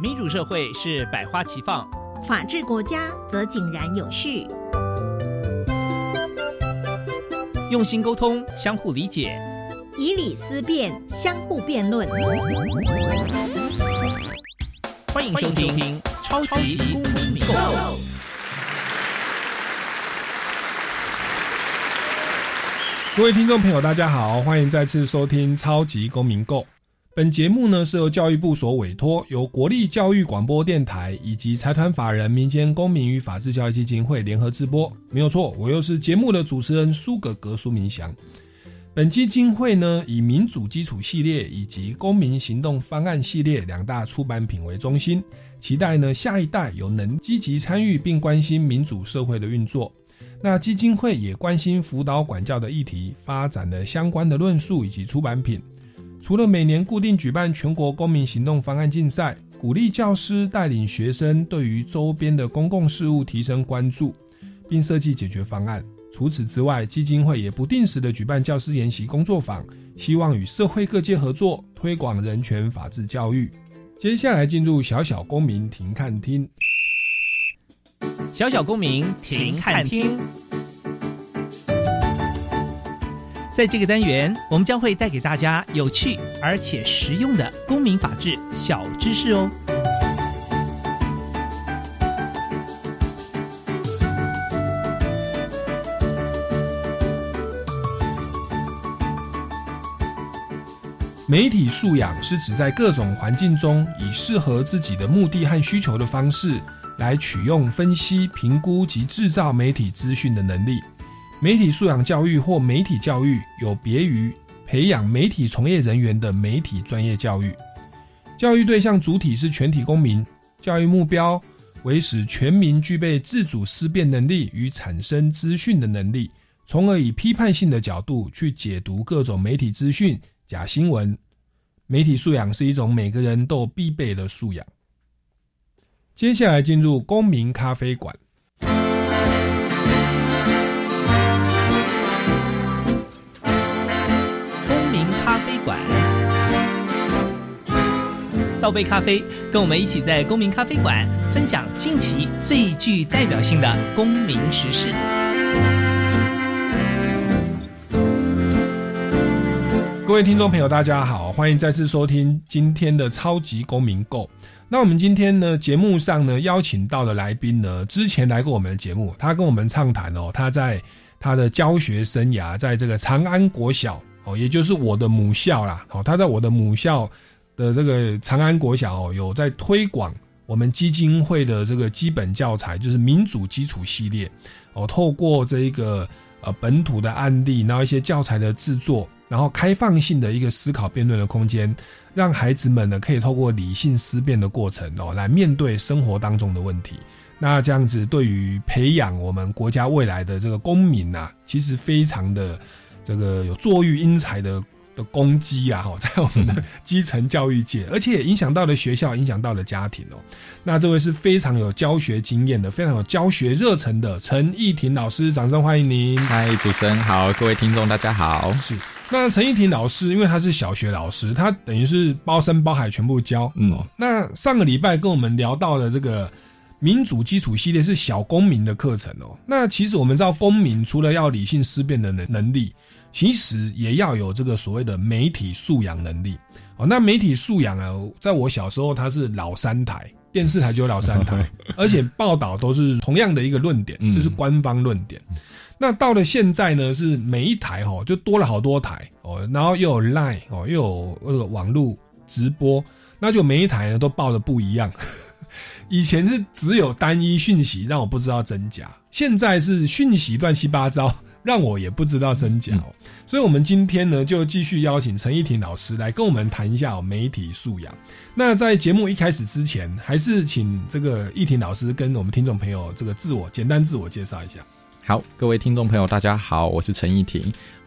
民主社会是百花齐放， 法治国家则井然有序。 用心沟通，相互理解， 以理思辨，相互辩论。 欢迎收听超级公民购。 各位听众朋友大家好，欢迎再次收听超级公民购。本节目呢是由教育部所委托，由国立教育广播电台以及财团法人民间公民与法治教育基金会联合直播。没有错，我又是节目的主持人苏格格苏明祥。本基金会呢以民主基础系列以及公民行动方案系列两大出版品为中心，期待呢下一代有能积极参与并关心民主社会的运作。那基金会也关心辅导管教的议题，发展了相关的论述以及出版品。除了每年固定举办全国公民行动方案竞赛，鼓励教师带领学生对于周边的公共事务提升关注，并设计解决方案。除此之外，基金会也不定时的举办教师研习工作坊，希望与社会各界合作，推广人权法治教育。接下来进入小小公民停看听。 小小公民停看听。在这个单元，我们将会带给大家有趣而且实用的公民法治小知识哦。 媒体素养是指在各种环境中，以适合自己的目的和需求的方式，来取用、分析、评估及制造媒体资讯的能力。媒体素养教育或媒体教育有别于培养媒体从业人员的媒体专业教育。教育对象主体是全体公民，教育目标为使全民具备自主思辨能力与产生资讯的能力，从而以批判性的角度去解读各种媒体资讯、假新闻。媒体素养是一种每个人都必备的素养。接下来进入公民咖啡馆。 咖啡馆，倒杯咖啡，跟我们一起在公民咖啡馆分享近期最具代表性的公民时事。 各位听众朋友大家好，欢迎再次收听今天的超级公民购。那我们今天呢节目上呢邀请到的来宾呢，之前来过我们的节目，他跟我们畅谈他在他的教学生涯在这个长安国小也就是我的母校啦，他在我的母校的这个长安国小有在推广我们基金会的这个基本教材，就是民主基础系列透过这一个本土的案例，然后一些教材的制作，然后开放性的一个思考辩论的空间，让孩子们呢可以透过理性思辨的过程来面对生活当中的问题。那这样子对于培养我们国家未来的这个公民啊，其实非常的这个有作育英才的功绩啊，在我们的基层教育界，而且也影响到了学校，影响到了家庭那这位是非常有教学经验的，非常有教学热忱的陈奕婷老师，掌声欢迎您。 嗨，主持人好，各位听众大家好。 是，那陈奕婷老师因为他是小学老师，他等于是包山包海全部教那上个礼拜跟我们聊到了这个民主基础系列是小公民的课程那其实我们知道公民除了要理性思辨的能力，其实也要有这个所谓的媒体素养能力那媒体素养啊，在我小时候它是老三台，电视台就有老三台而且报道都是同样的一个论点，这是官方论点。那到了现在呢，是每一台就多了好多台然后又有 LINE 又有那个网络直播，那就每一台呢都报的不一样以前是只有单一讯息让我不知道真假，现在是讯息乱七八糟让我也不知道真假所以我们今天呢就继续邀请陈奕婷老师来跟我们谈一下媒体素养。那在节目一开始之前，还是请这个奕婷老师跟我们听众朋友这个简单自我介绍一下。 好，各位听众朋友大家好，我是陈奕婷。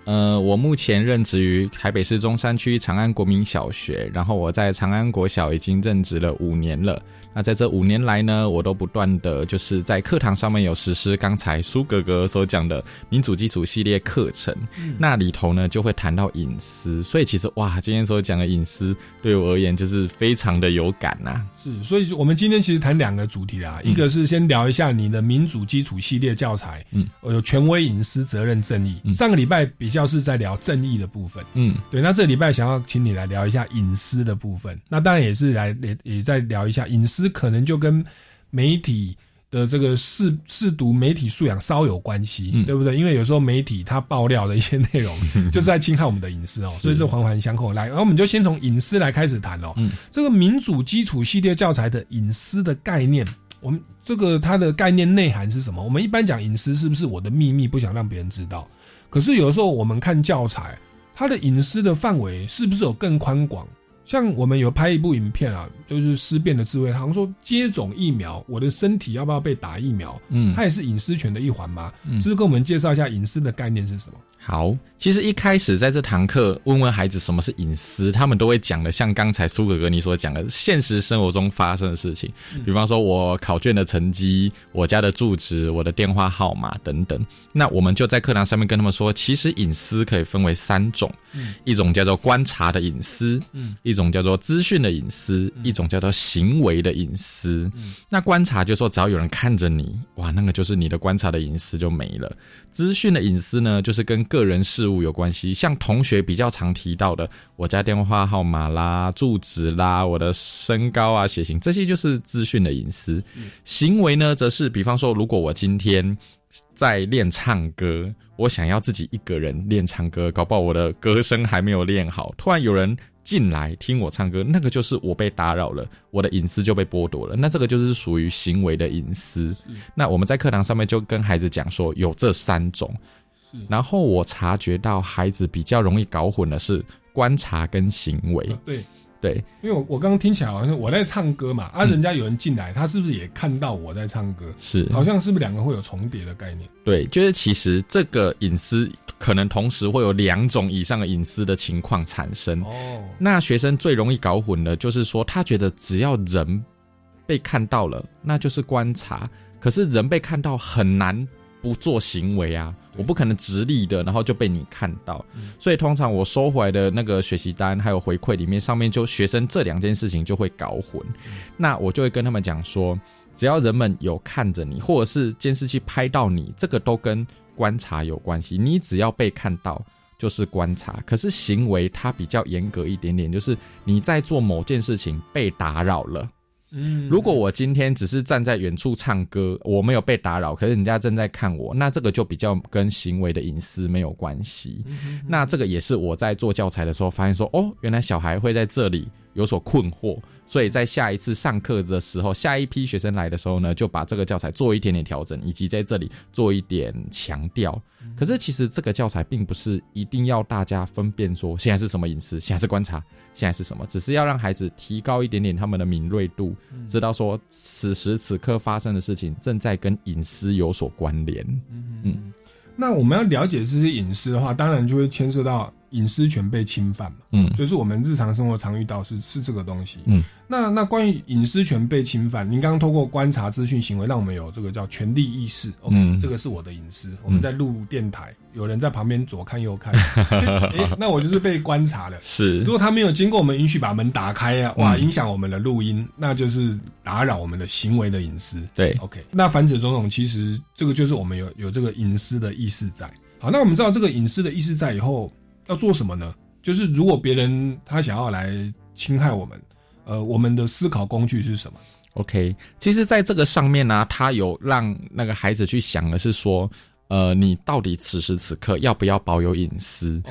我目前任职于台北市中山区长安国民小学，然后我在长安国小已经任职了5年了。那在这5年来呢，我都不断的就是在课堂上面有实施刚才苏哥哥所讲的民主基础系列课程，那里头呢就会谈到隐私，所以其实哇，今天所讲的隐私对我而言就是非常的有感啊。 是，所以我们今天其实谈2个主题啦，一个是先聊一下你的民主基础系列教材，有权威、隐私、责任、正义。上个礼拜比较是在聊正义的部分，对，那这个礼拜想要请你来聊一下隐私的部分，那当然也是也在聊一下隐私，可能就跟媒体的这个识读媒体素养稍有关系，对不对？因为有时候媒体它爆料的一些内容就是在侵害我们的隐私哦，所以这环环相扣。来，然后我们就先从隐私来开始谈哦。这个民主基础系列教材的隐私的概念，我们这个它的概念内涵是什么？我们一般讲隐私是不是我的秘密，不想让别人知道？可是有时候我们看教材，它的隐私的范围是不是有更宽广？像我们有拍一部影片啊，就是思辨的智慧，好像说接种疫苗，我的身体要不要被打疫苗，它也是隐私权的一环嘛。就是跟我们介绍一下隐私的概念是什么？ 好，其实一开始在这堂课问孩子什么是隐私，他们都会讲的像刚才苏哥哥你所讲的现实生活中发生的事情，比方说我考卷的成绩，我家的住址，我的电话号码等等。那我们就在课堂上面跟他们说，其实隐私可以分为3种，一种叫做观察的隐私，一种叫做资讯的隐私，一种叫做行为的隐私。那观察就是说只要有人看着你，哇，那个就是你的观察的隐私就没了。资讯的隐私呢，就是跟个人事物有关系，像同学比较常提到的我家电话号码啦、住址啦、我的身高啊、血型，这些就是资讯的隐私。行为呢，则是比方说如果我今天在练唱歌，我想要自己一个人练唱歌，搞不好我的歌声还没有练好，突然有人进来听我唱歌，那个就是我被打扰了，我的隐私就被剥夺了，那这个就是属于行为的隐私。那我们在课堂上面就跟孩子讲说有这3种，然后我察觉到孩子比较容易搞混的是观察跟行为。对， 因为我刚刚听起来好像我在唱歌嘛，人家有人进来，他是不是也看到我在唱歌？是，好像是不是2个会有重叠的概念？ 对，就是其实这个隐私可能同时会有2种以上的隐私的情况产生。那学生最容易搞混的就是说，他觉得只要人被看到了，那就是观察，可是人被看到很难不做行为啊，我不可能直立的然后就被你看到，所以通常我收回来的那个学习单还有回馈里面，上面就学生这2件事情就会搞混。那我就会跟他们讲说，只要人们有看着你，或者是监视器拍到你，这个都跟观察有关系，你只要被看到就是观察。可是行为它比较严格一点点，就是你在做某件事情被打扰了，如果我今天只是站在远处唱歌，我没有被打扰，可是人家正在看我，那这个就比较跟行为的隐私没有关系。那这个也是我在做教材的时候发现说，原来小孩会在这里有所困惑，所以在下一次上课的时候，下一批学生来的时候呢，就把这个教材做一点点调整，以及在这里做一点强调。可是其实这个教材并不是一定要大家分辨说现在是什么隐私，现在是观察，现在是什么，只是要让孩子提高一点点他们的敏锐度，知道说此时此刻发生的事情正在跟隐私有所关联。 那我们要了解这些隐私的话，当然就会牵涉到隐私权被侵犯嘛，就是我们日常生活常遇到是这个东西。那关于隐私权被侵犯，您刚刚透过观察、资讯、行为，让我们有这个叫权利意识。OK，这个是我的隐私。我们在录电台，有人在旁边左看右看，那我就是被观察了。是，如果他没有经过我们允许把门打开啊，哇，影响我们的录音，那就是打扰我们的行为的隐私。对 ，OK。那凡此种种，其实这个就是我们有这个隐私的意识在。好，那我们知道这个隐私的意识在以后要做什么呢？就是如果别人他想要来侵害我们，我们的思考工具是什么 ？OK， 其实在这个上面呢，他有让那个孩子去想的是说，你到底此时此刻要不要保有隐私 ？OK，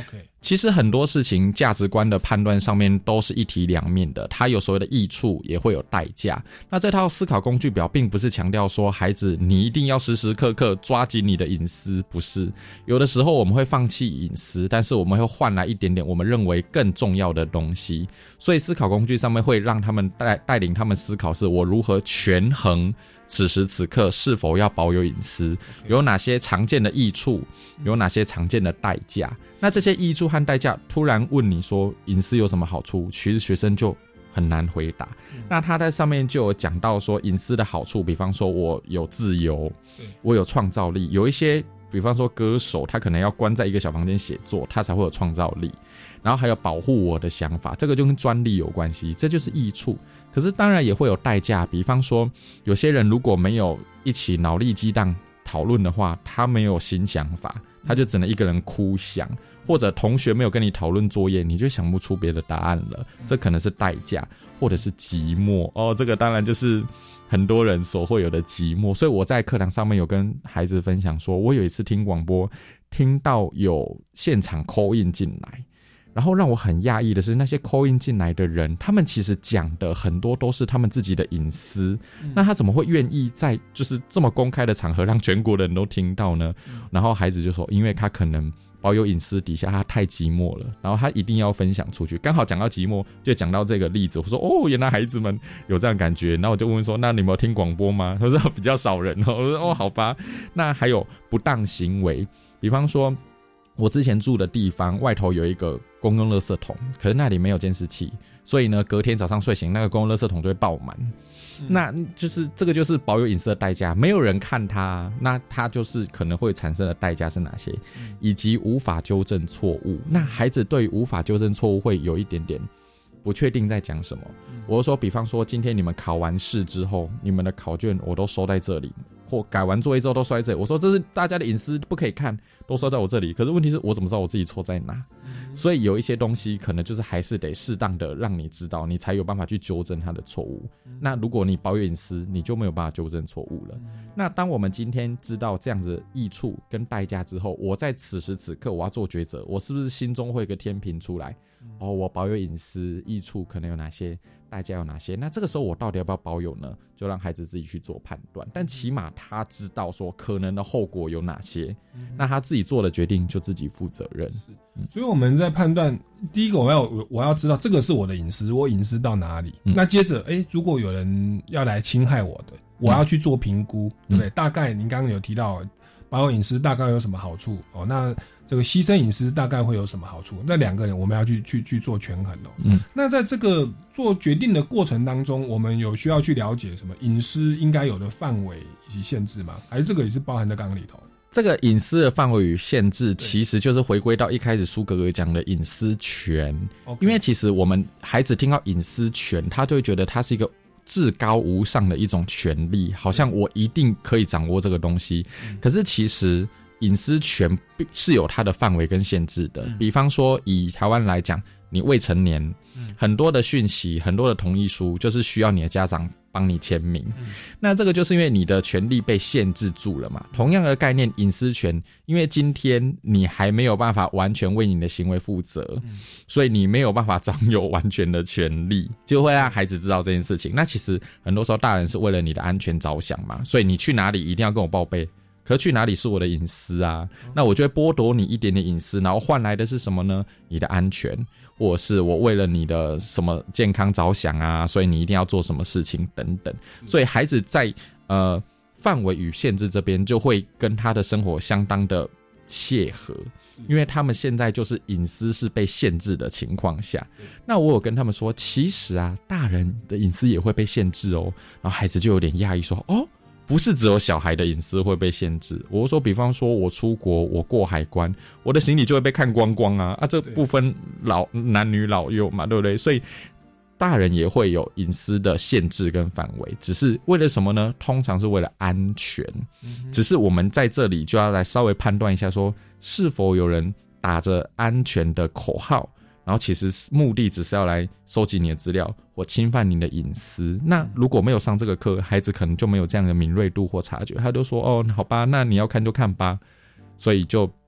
其实很多事情价值观的判断上面都是一体两面的，它有所谓的益处，也会有代价。那这套思考工具表并不是强调说孩子你一定要时时刻刻抓紧你的隐私，不是。有的时候我们会放弃隐私，但是我们会换来一点点我们认为更重要的东西。所以思考工具上面会让他们带领他们思考是我如何权衡此时此刻是否要保有隐私，有哪些常见的益处，有哪些常见的代价。那这些益处和代价突然问你说隐私有什么好处，其实学生就很难回答。那他在上面就有讲到说隐私的好处，比方说我有自由，我有创造力，有一些比方说歌手他可能要关在一个小房间写作，他才会有创造力，然后还有保护我的想法，这个就跟专利有关系，这就是益处。可是当然也会有代价，比方说有些人如果没有一起脑力激荡讨论的话，他没有新想法，他就只能一个人哭想，或者同学没有跟你讨论作业，你就想不出别的答案了，这可能是代价。或者是寂寞哦，这个当然就是很多人所会有的寂寞。所以我在课堂上面有跟孩子分享说，我有一次听广播听到有现场 call in 进来，然后让我很讶异的是，那些 call in 进来的人，他们其实讲的很多都是他们自己的隐私，那他怎么会愿意在就是这么公开的场合让全国的人都听到呢？然后孩子就说，因为他可能保有隐私底下他太寂寞了，然后他一定要分享出去。刚好讲到寂寞，就讲到这个例子，我说哦，原来孩子们有这样的感觉。然后我就问说，那你有没有听广播吗？他说比较少人哦。我说哦，好吧。那还有不当行为，比方说我之前住的地方外头有一个公用垃圾桶，可是那里没有监视器，所以呢隔天早上睡醒那个公用垃圾桶就会爆满。那就是这个就是保有隐私的代价，没有人看它，那它就是可能会产生的代价是哪些，以及无法纠正错误。那孩子对于无法纠正错误会有一点点不确定在讲什么。我就说比方说今天你们考完试之后，你们的考卷我都收在这里，或改完作业之后都收在这里，我说这是大家的隐私不可以看，都收在我这里。可是问题是我怎么知道我自己错在哪？所以有一些东西可能就是还是得适当的让你知道，你才有办法去纠正他的错误。那如果你保有隐私，你就没有办法纠正错误了。那当我们今天知道这样子的益处跟代价之后，我在此时此刻我要做抉择，我是不是心中会有一个天平出来？哦，我保有隐私，益处可能有哪些，代价有哪些？那这个时候我到底要不要保有呢？就让孩子自己去做判断，但起码他知道说可能的后果有哪些，那他自己做的决定就自己负责任。 所以我们在判断，第一个我要知道这个是我的隐私，我隐私到哪里？那接着，如果有人要来侵害我的，我要去做评估，对不对？大概您刚刚有提到保有隐私大概有什么好处哦？那这个牺牲隐私大概会有什么好处？那两个人我们要去做权衡哦。那在这个做决定的过程当中，我们有需要去了解什么隐私应该有的范围以及限制吗？还是这个也是包含在刚刚里头？ 这个隐私的范围与限制其实就是回归到一开始苏哥哥讲的隐私权。因为其实我们孩子听到隐私权，他就会觉得他是一个至高无上的一种权利，好像我一定可以掌握这个东西。可是其实隐私权是有它的范围跟限制的。比方说以台湾来讲，你未成年，很多的讯息，很多的同意书就是需要你的家长帮你签名。那这个就是因为你的权利被限制住了嘛。同样的概念，隐私权，因为今天你还没有办法完全为你的行为负责，所以你没有办法掌有完全的权利，就会让孩子知道这件事情。那其实很多时候大人是为了你的安全着想嘛，所以你去哪里一定要跟我报备。可是去哪里是我的隐私啊，那我就会剥夺你一点点隐私，然后换来的是什么呢？你的安全，或者是我为了你的什么健康着想啊，所以你一定要做什么事情等等。所以孩子在范围与限制这边就会跟他的生活相当的切合，因为他们现在就是隐私是被限制的情况下。那我有跟他们说，其实啊大人的隐私也会被限制哦。然后孩子就有点讶异说，哦，不是只有小孩的隐私会被限制。我说比方说我出国，我过海关，我的行李就会被看光光啊，这不分男女老幼嘛，对不对？所以大人也会有隐私的限制跟范围，只是为了什么呢？通常是为了安全。只是我们在这里就要来稍微判断一下说，是否有人打着安全的口号，然后其实目的只是要来收集你的资料或侵犯你的隐私。那如果没有上这个课，孩子可能就没有这样的敏锐度或察觉，他就说哦，好吧，那你要看就看吧。所以就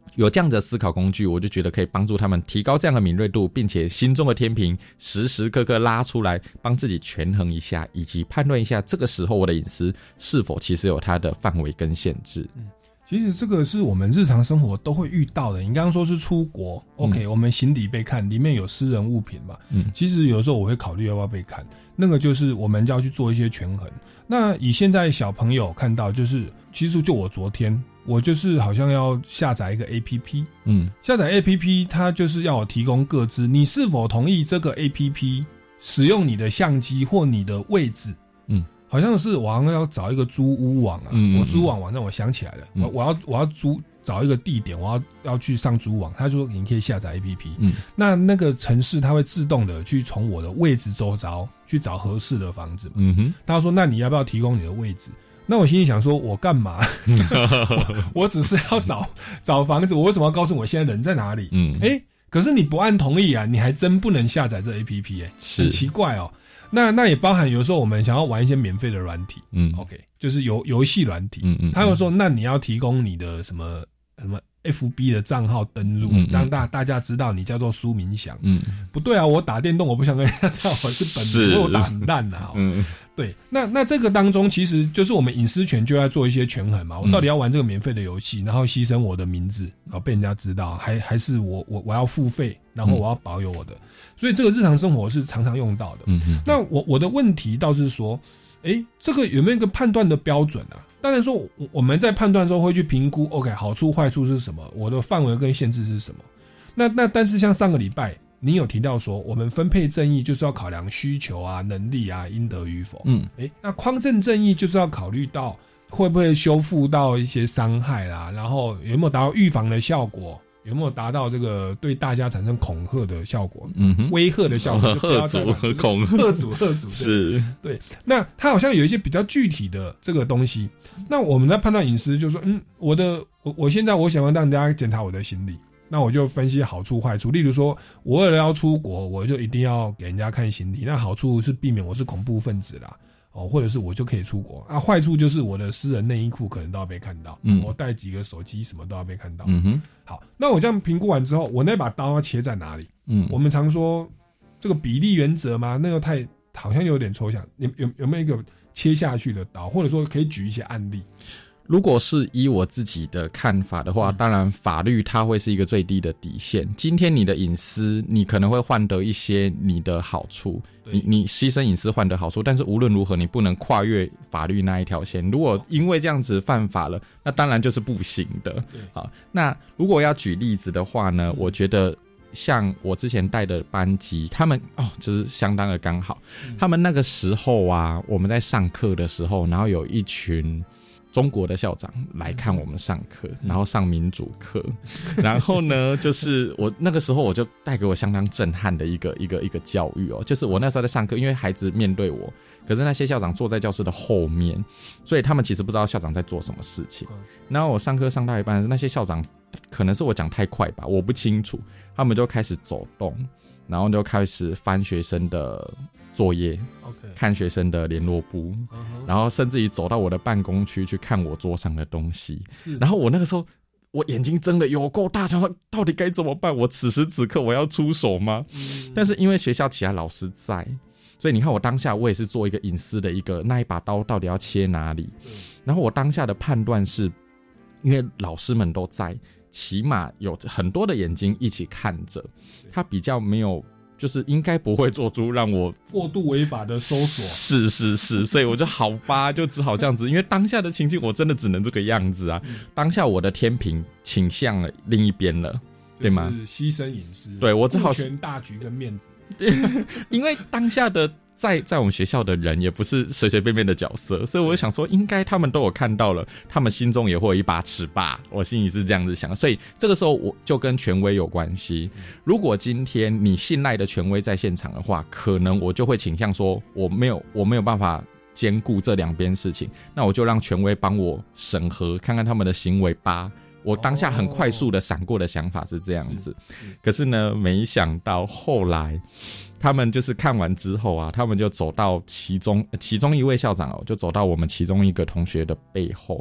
有这样的思考工具，我就觉得可以帮助他们提高这样的敏锐度，并且心中的天平时时刻刻拉出来，帮自己权衡一下，以及判断一下这个时候我的隐私是否其实有它的范围跟限制。 其实这个是我们日常生活都会遇到的。你刚刚说是出国 ，OK，我们行李被看，里面有私人物品嘛，其实有时候我会考虑要不要被看，那个就是我们就要去做一些权衡。那以现在小朋友看到，就是其实就我昨天。我就是好像要下载一个 APP， 下载 APP 它就是要我提供个资，你是否同意这个 APP 使用你的相机或你的位置？好像是我好像要找一个租屋网啊，我租网网站我想起来了，我要找一个地点，我要去上租网，他说你可以下载 APP，那个程式它会自动的去从我的位置周遭去找合适的房子嘛，他说那你要不要提供你的位置？那我心里想说，我干嘛？我只是要找房子，我为什么要告诉我现在人在哪里？可是你不按同意啊，你还真不能下载这 APP 很奇怪哦。那也包含有时候我们想要玩一些免费的软体，OK， 就是游戏软体，他又说那你要提供你的什么 FB 的账号登录，让大家知道你叫做苏明祥。不对啊，我打电动我不想跟人家知道我是本名，因为我打很烂啊。对，那这个当中其实就是我们隐私权就要做一些权衡嘛。我到底要玩这个免费的游戏，然后牺牲我的名字，然后被人家知道，还是我要付费，然后我要保有我的。所以这个日常生活是常常用到的。那我的问题倒是说，这个有没有一个判断的标准啊？当然说我们在判断的时候会去评估 OK 好处坏处是什么，我的范围跟限制是什么。那但是像上个礼拜你有提到说我们分配正义就是要考量需求啊、能力啊、应得与否。那匡正正义就是要考虑到会不会修复到一些伤害啦，然后有没有达到预防的效果，有没有达到这个对大家产生恐吓的效果，威吓的效果， 吓阻和恐吓阻是， 对。那它好像有一些比较具体的这个东西。那我们在判断隐私，就是说，我现在我想要让大家检查我的行李，那我就分析好处坏处。例如说，我为了要出国，我就一定要给人家看行李，那好处是避免我是恐怖分子啦。或者是我就可以出国啊，坏处就是我的私人内衣裤可能都要被看到，我带几个手机什么都要被看到。好，那我这样评估完之后，我那把刀要切在哪里？我们常说这个比例原则嘛，那个好像有点抽象。有没有一个切下去的刀，或者说可以举一些案例？ 如果是依我自己的看法的话，当然法律它会是一个最低的底线。今天你的隐私，你可能会换得一些你的好处，你牺牲隐私换得好处，但是无论如何你不能跨越法律那一条线。如果因为这样子犯法了，那当然就是不行的。好，那如果要举例子的话呢，我觉得像我之前带的班级，他们就是相当的刚好。他们那个时候啊，我们在上课的时候，然后有一群中国的校长来看我们上课，然后上民主课，然后呢，就是我那个时候我就带给我相当震撼的一个教育就是我那时候在上课，因为孩子面对我，可是那些校长坐在教室的后面，所以他们其实不知道校长在做什么事情。然后我上课上到一半，那些校长可能是我讲太快吧，我不清楚，他们就开始走动，然后就开始翻学生的作业，看学生的联络簿，然后甚至于走到我的办公区去看我桌上的东西。然后我那个时候我眼睛睁得有够大，想说到底该怎么办？我此时此刻我要出手吗？但是因为学校其他老师在，所以你看我当下我也是做一个隐私的那一把刀到底要切哪里。然后我当下的判断是，因为老师们都在，起码有很多的眼睛一起看着，他比较没有，就是应该不会做出让我过度违法的搜索。 是，所以我就好吧，就只好这样子，因为当下的情境我真的只能这个样子啊。当下我的天平倾向了另一边了，对吗？ 牺牲隐私， 对，我只好顾全大局跟面子。 因为当下的在我们学校的人也不是随随便便的角色，所以我就想说应该他们都有看到了，他们心中也会有一把尺吧，我心里是这样子想。所以这个时候我就跟权威有关系，如果今天你信赖的权威在现场的话，可能我就会倾向说我没有办法兼顾这两边事情，那我就让权威帮我审核看看他们的行为吧。我当下很快速的闪过的想法是这样子，可是呢，没想到后来他们就是看完之后啊，他们就走到其中一位校长就走到我们其中一个同学的背后，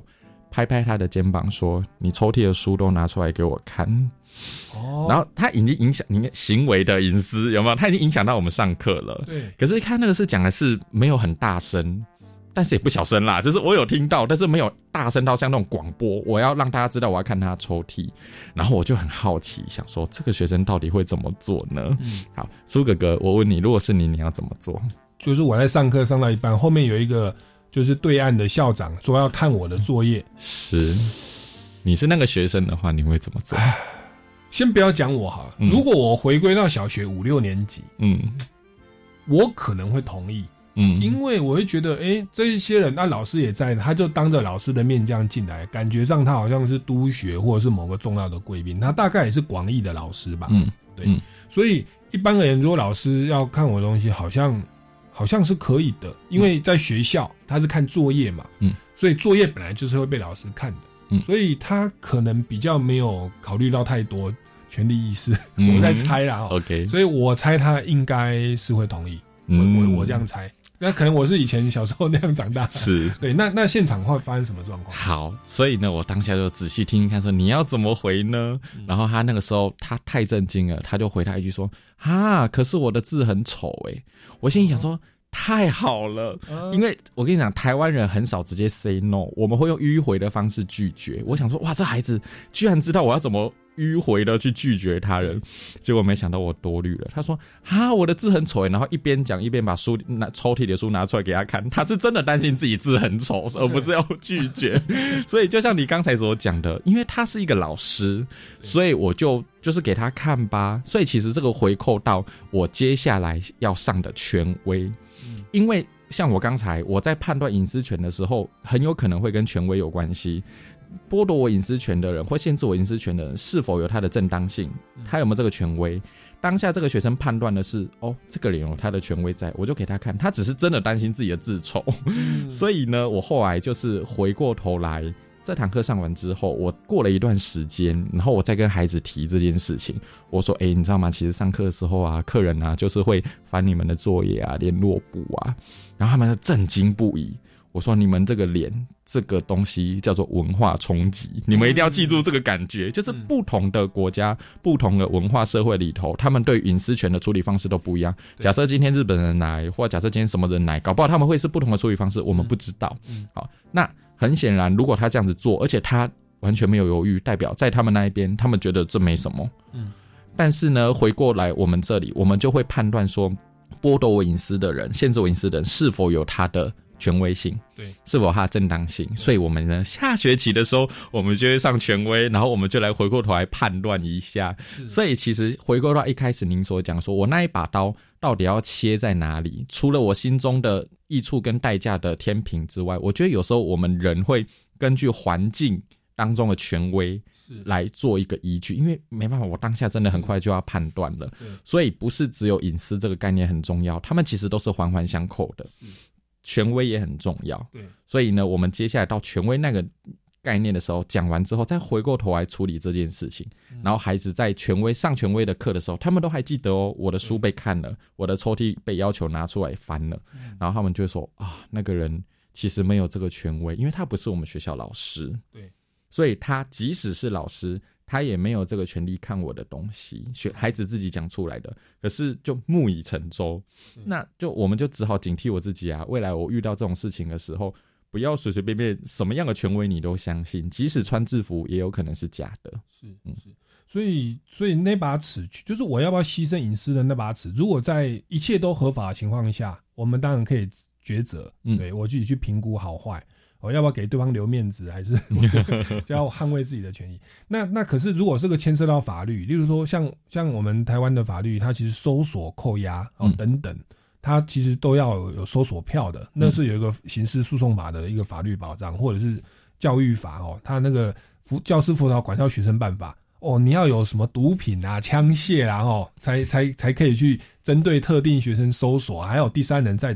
拍拍他的肩膀说：“你抽屉的书都拿出来给我看。”然后他已经影响你行为的隐私，有没有？他已经影响到我们上课了。 对。 可是他那个是讲的是没有很大声，但是也不小声啦，就是我有听到，但是没有大声到像那种广播。我要让大家知道我要看他抽屉，然后我就很好奇，想说这个学生到底会怎么做呢？好，苏哥哥，我问你，如果是你要怎么做？ 就是我在上课上到一半，后面有一个就是对岸的校长说要看我的作业。 是，你是那个学生的话，你会怎么做？ 先不要讲我好了，如果我回归到小学5、6年级，我可能会同意，因为我会觉得，这些人，老师也在，他就当着老师的面这样进来，感觉上他好像是督学或者是某个重要的贵宾，他大概也是广义的老师吧，对，所以一般而言，如果老师要看我的东西，好像是可以的，因为在学校他是看作业嘛，所以作业本来就是会被老师看的，所以他可能比较没有考虑到太多权利意识，我在猜啦，OK， 所以我猜他应该是会同意，我这样猜，那可能我是以前小时候那样长大， 是对， 那现场会发生什么状况？ 好，所以呢，我当下就仔细听听看，说你要怎么回呢？然后他那个时候他太震惊了，他就回他一句说：“可是我的字很丑欸。”我心里想说。太好了，因为我跟你讲，台湾人很少直接 say no， 我们会用迂回的方式拒绝。我想说，哇，这孩子居然知道我要怎么迂回的去拒绝他人，结果没想到我多虑了。他说：“我的字很丑。”然后一边讲一边把抽屉里的书拿出来给他看。他是真的担心自己字很丑，而不是要拒绝。所以就像你刚才所讲的，因为他是一个老师，所以我就是给他看吧。所以其实这个回扣到我接下来要上的权威。因为像我刚才我在判断隐私权的时候，很有可能会跟权威有关系。剥夺我隐私权的人或限制我隐私权的人是否有他的正当性，他有没有这个权威？当下这个学生判断的是，这个人有他的权威在，我就给他看，他只是真的担心自己的字丑。所以呢，我后来就是回过头来，这堂课上完之后，我过了一段时间，然后我再跟孩子提这件事情，我说你知道吗，其实上课的时候啊，客人啊就是会翻你们的作业啊，联络簿啊，然后他们就震惊不已。我说你们这个脸这个东西叫做文化冲击，你们一定要记住这个感觉，就是不同的国家不同的文化社会里头，他们对隐私权的处理方式都不一样。假设今天日本人来，或假设今天什么人来，搞不好他们会是不同的处理方式，我们不知道。好，那很显然如果他这样子做，而且他完全没有犹豫，代表在他们那一边他们觉得这没什么。但是呢，回过来我们这里，我们就会判断说，剥夺我隐私的人，限制我隐私的人是否有他的权威性，对，是否它的正当性？所以我们呢，下学期的时候，我们就会上权威，然后我们就来回过头来判断一下。所以其实回过到一开始您所讲说，我那一把刀到底要切在哪里？除了我心中的益处跟代价的天平之外，我觉得有时候我们人会根据环境当中的权威来做一个依据，因为没办法，我当下真的很快就要判断了，所以不是只有隐私这个概念很重要，他们其实都是环环相扣的。权威也很重要，对，所以呢，我们接下来到权威那个概念的时候，讲完之后，再回过头来处理这件事情。然后孩子在上权威的课的时候，他们都还记得我的书被看了，我的抽屉被要求拿出来翻了，然后他们就会说那个人其实没有这个权威，因为他不是我们学校老师，对，所以他即使是老师，他也没有这个权利看我的东西，孩子自己讲出来的，可是就木已成舟，那我们就只好警惕我自己啊，未来我遇到这种事情的时候，不要随随便便什么样的权威你都相信，即使穿制服也有可能是假的。 所以那把尺就是我要不要牺牲隐私的那把尺，如果在一切都合法的情况下，我们当然可以抉择，对，我自己去评估好坏。要不要给对方留面子，还是就要捍卫自己的权益？那可是如果这个牵涉到法律，例如说像我们台湾的法律，它其实搜索、扣押等等，它其实都要有搜索票的，那是有一个刑事诉讼法的一个法律保障，或者是教育法它那个教师辅导管教学生办法你要有什么毒品啊、枪械啊才可以去针对特定学生搜索，还有第三人在场。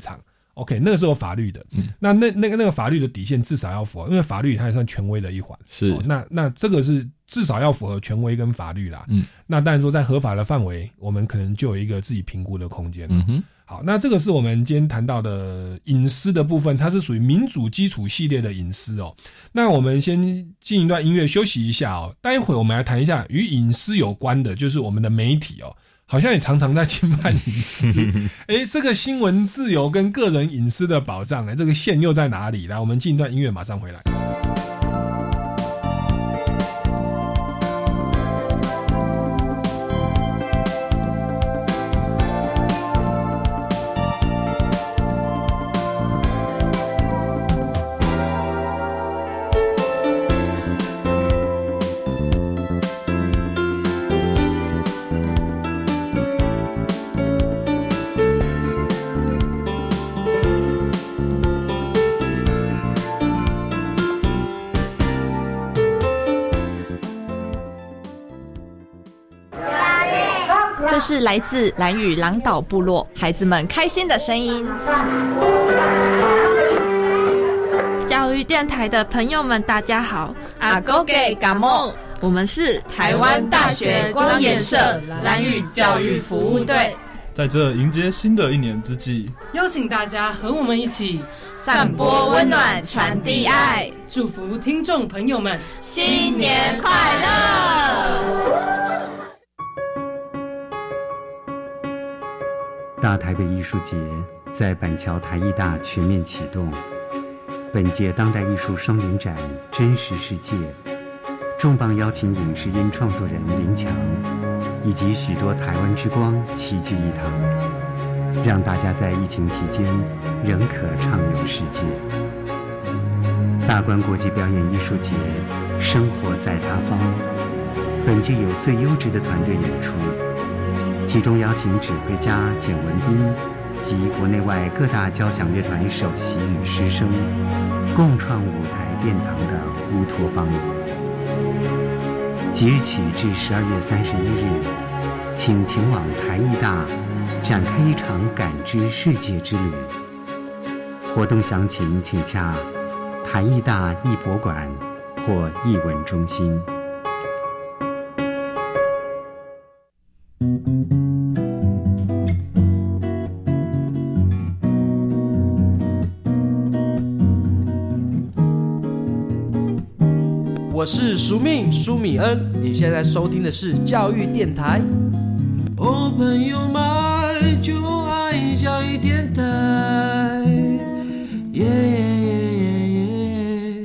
OK， 那个是有法律的，那个法律的底线至少要符合，因为法律它也算权威的一环， 是， 那这个是至少要符合权威跟法律啦，那当然说在合法的范围，我们可能就有一个自己评估的空间，好，那这个是我们今天谈到的隐私的部分，它是属于民主基础系列的隐私哦。那我们先进一段音乐休息一下哦，待会我们来谈一下与隐私有关的，就是我们的媒体哦。好像也常常在侵犯隐私，这个新闻自由跟个人隐私的保障，这个线又在哪里？来，我们进一段音乐，马上回来。 这是来自兰屿朗岛部落孩子们开心的声音。 教育电台的朋友们大家好，阿狗给嘎梦，我们是台湾大学光研社兰屿教育服务队。 在这迎接新的一年之际， 邀请大家和我们一起散播温暖，传递爱， 祝福听众朋友们新年快乐。 大台北艺术节在板桥台艺大全面启动，本届当代艺术双年展真实世界重磅邀请影视音创作人林强以及许多台湾之光齐聚一堂，让大家在疫情期间仍可畅游世界。大观国际表演艺术节生活在他方，本届有最优质的团队演出，其中邀请指挥家简文彬及国内外各大交响乐团首席与师生，共创舞台殿堂的乌托邦。即日起至12月31日，请前往台艺大展开一场感知世界之旅。活动详情请洽台艺大艺博馆或艺文中心。 我是苏米恩，你现在收听的是教育电台。哦，朋友们就爱教育电台，耶耶耶耶耶。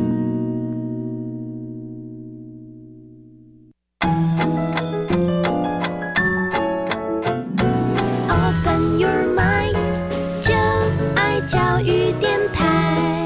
Open your mind， 就爱教育电台。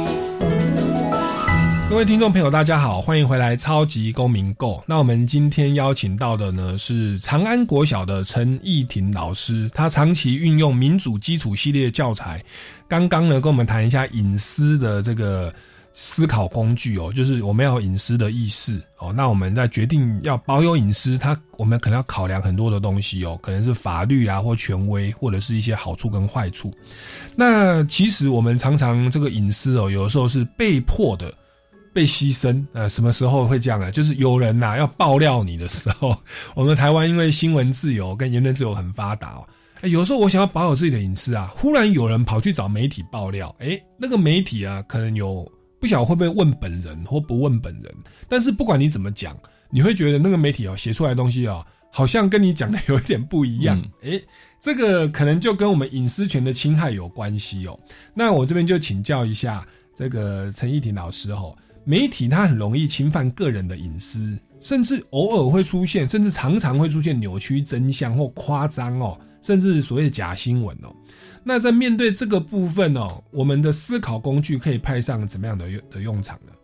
各位听众朋友大家好，欢迎回来超级公民购。那我们今天邀请到的呢是长安国小的陈义婷老师，他长期运用民主基础系列教材，刚刚呢跟我们谈一下隐私的这个思考工具哦，就是我们要有隐私的意识哦。那我们在决定要保有隐私，我们可能要考量很多的东西哦，可能是法律啊或权威，或者是一些好处跟坏处。那其实我们常常这个隐私哦，有的时候是被迫的被牺牲，什么时候会这样呢？就是有人要爆料你的时候，我们台湾因为新闻自由跟言论自由很发达哦，有时候我想要保有自己的隐私啊，忽然有人跑去找媒体爆料，那个媒体啊，可能有不晓得会不会问本人或不问本人，但是不管你怎么讲，你会觉得那个媒体写出来的东西好像跟你讲的有一点不一样，这个可能就跟我们隐私权的侵害有关系哦。那我这边就请教一下这个陈义婷老师媒体它很容易侵犯个人的隐私，甚至偶尔会出现，甚至常常会出现扭曲真相或夸张甚至所谓的假新闻那在面对这个部分我们的思考工具可以派上怎么样的用场呢？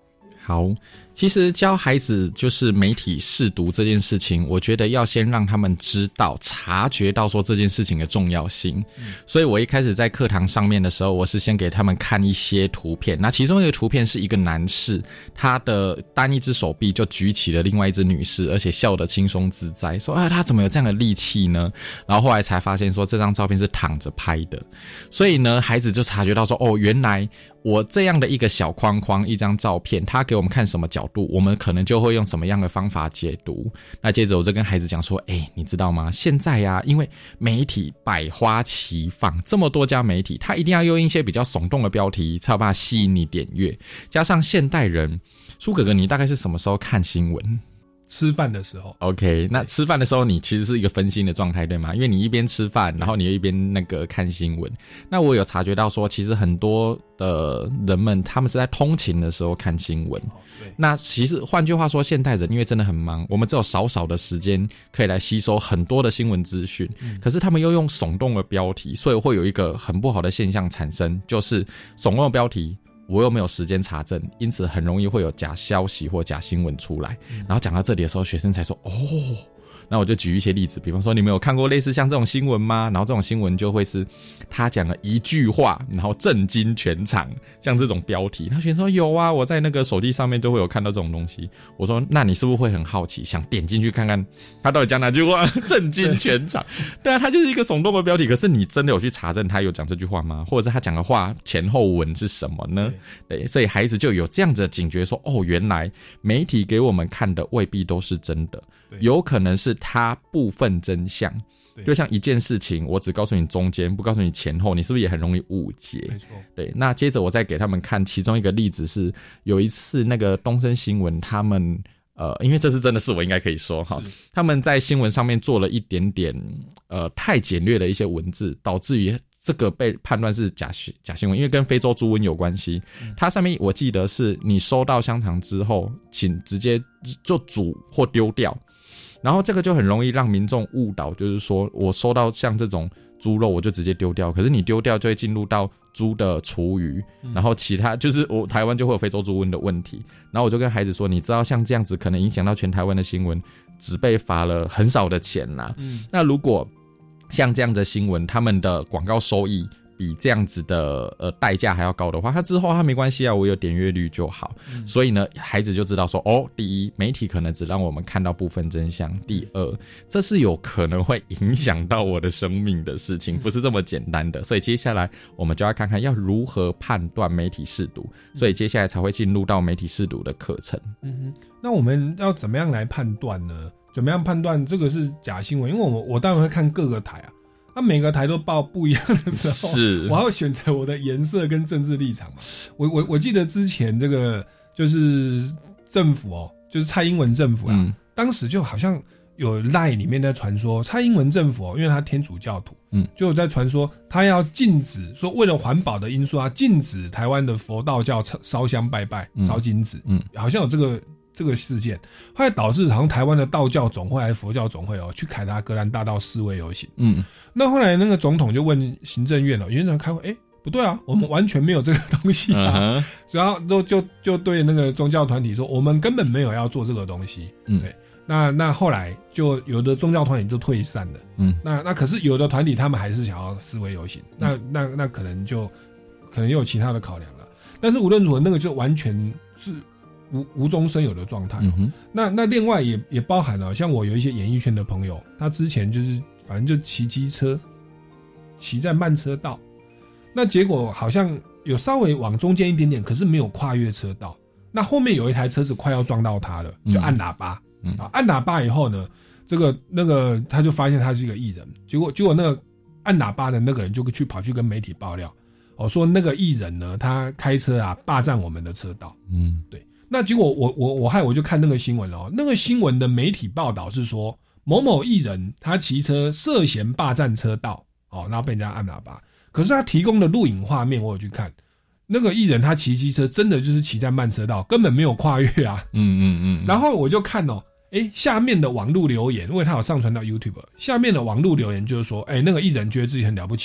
好，其实教孩子就是媒体识读这件事情，我觉得要先让他们知道、察觉到说这件事情的重要性。所以我一开始在课堂上面的时候，我是先给他们看一些图片。那其中一个图片是一个男士，他的单一只手臂就举起了另外一只女士，而且笑得轻松自在，说他怎么有这样的力气呢？然后后来才发现说这张照片是躺着拍的。所以呢，孩子就察觉到说原来我这样的一个小框框一张照片，他给我们看什么角度，我们可能就会用什么样的方法解读。那接着我就跟孩子讲说你知道吗，现在因为媒体百花齐放，这么多家媒体，他一定要用一些比较耸动的标题才有办法吸引你点阅。加上现代人，苏哥哥你大概是什么时候看新闻？ 吃饭的时候。 OK， 那吃饭的时候你其实是一个分心的状态，对吗？因为你一边吃饭，然后你又一边看新闻。那我有察觉到说，其实很多的人们他们是在通勤的时候看新闻。那其实换句话说，现代人因为真的很忙，我们只有少少的时间可以来吸收很多的新闻资讯，可是他们又用耸动的标题，所以会有一个很不好的现象产生，就是耸动的标题我又没有时间查证，因此很容易会有假消息或假新闻出来。然后讲到这里的时候，学生才说那我就举一些例子，比方说你们有看过类似像这种新闻吗？然后这种新闻就会是他讲了一句话，然后震惊全场，像这种标题。那学生说有啊，我在那个手机上面都会有看到这种东西。我说那你是不是会很好奇，想点进去看看他到底讲哪句话震惊全场？对啊，他就是一个耸动的标题，可是你真的有去查证他有讲这句话吗？或者是他讲的话前后文是什么呢？对，所以孩子就有这样子的警觉说原来媒体给我们看的未必都是真的，有可能是它部分真相。就像一件事情，我只告诉你中间，不告诉你前后，你是不是也很容易误解？ 没错。 对，那接着我再给他们看其中一个例子是，有一次那个东森新闻，他们因为这是真的事，我应该可以说哈，他们在新闻上面做了一点点太简略的一些文字，导致于这个被判断是假新闻，因为跟非洲猪瘟有关系。它上面我记得是你收到香肠之后，请直接就煮或丢掉。然后这个就很容易让民众误导，就是说我收到像这种猪肉我就直接丢掉，可是你丢掉就会进入到猪的厨余，然后其他就是台湾就会有非洲猪瘟的问题。然后我就跟孩子说，你知道像这样子可能影响到全台湾的新闻，只被罚了很少的钱啦。那如果像这样的新闻，他们的广告收益比这样子的代价还要高的话，他之后他没关系啊，我有点阅率就好。所以呢，孩子就知道说第一，媒体可能只让我们看到部分真相；第二，这是有可能会影响到我的生命的事情，不是这么简单的。所以接下来我们就要看看要如何判断媒体识读，所以接下来才会进入到媒体识读的课程。 那我们要怎么样来判断呢？怎么样判断这个是假新闻？因为我当然会看各个台啊，那每个台都报不一样的时候，我要选择我的颜色跟政治立场嘛。我记得之前这个就是政府就是蔡英文政府啊，当时就好像有 LINE 里面在传说蔡英文政府因为他天主教徒，就有在传说他要禁止说为了环保的因素啊，禁止台湾的佛道教烧香拜拜烧金纸，好像有这个事件，后来导致好像台湾的道教总会还是佛教总会去凯达格兰大道示威游行。那后来那个总统就问行政院院长开会，不对啊，我们完全没有这个东西啊，然后就对那个宗教团体说，我们根本没有要做这个东西。对，那后来就有的宗教团体就退散了。那可是有的团体他们还是想要示威游行，那可能又有其他的考量了。但是无论如何，那个就完全是无中生有的状态。那另外也包含了，像我有一些演艺圈的朋友，他之前就是反正就骑机车，骑在慢车道，那结果好像有稍微往中间一点点，可是没有跨越车道。那后面有一台车子快要撞到他了，就按喇叭。按喇叭以后呢，那个他就发现他是一个艺人，结果那个按喇叭的那个人就跑去跟媒体爆料，说那个艺人呢，他开车霸占我们的车道。对。那结果我就看那个新闻了，那个新闻的媒体报道是说某某艺人他骑车涉嫌霸占车道，然后被人家按喇叭。可是他提供的录影画面我有去看，那个艺人他骑机车真的就是骑在慢车道，根本没有跨越啊。然后我就看下面的网络留言，因为他有上传到 YouTube， 下面的网络留言就是说，那个艺人觉得自己很了不起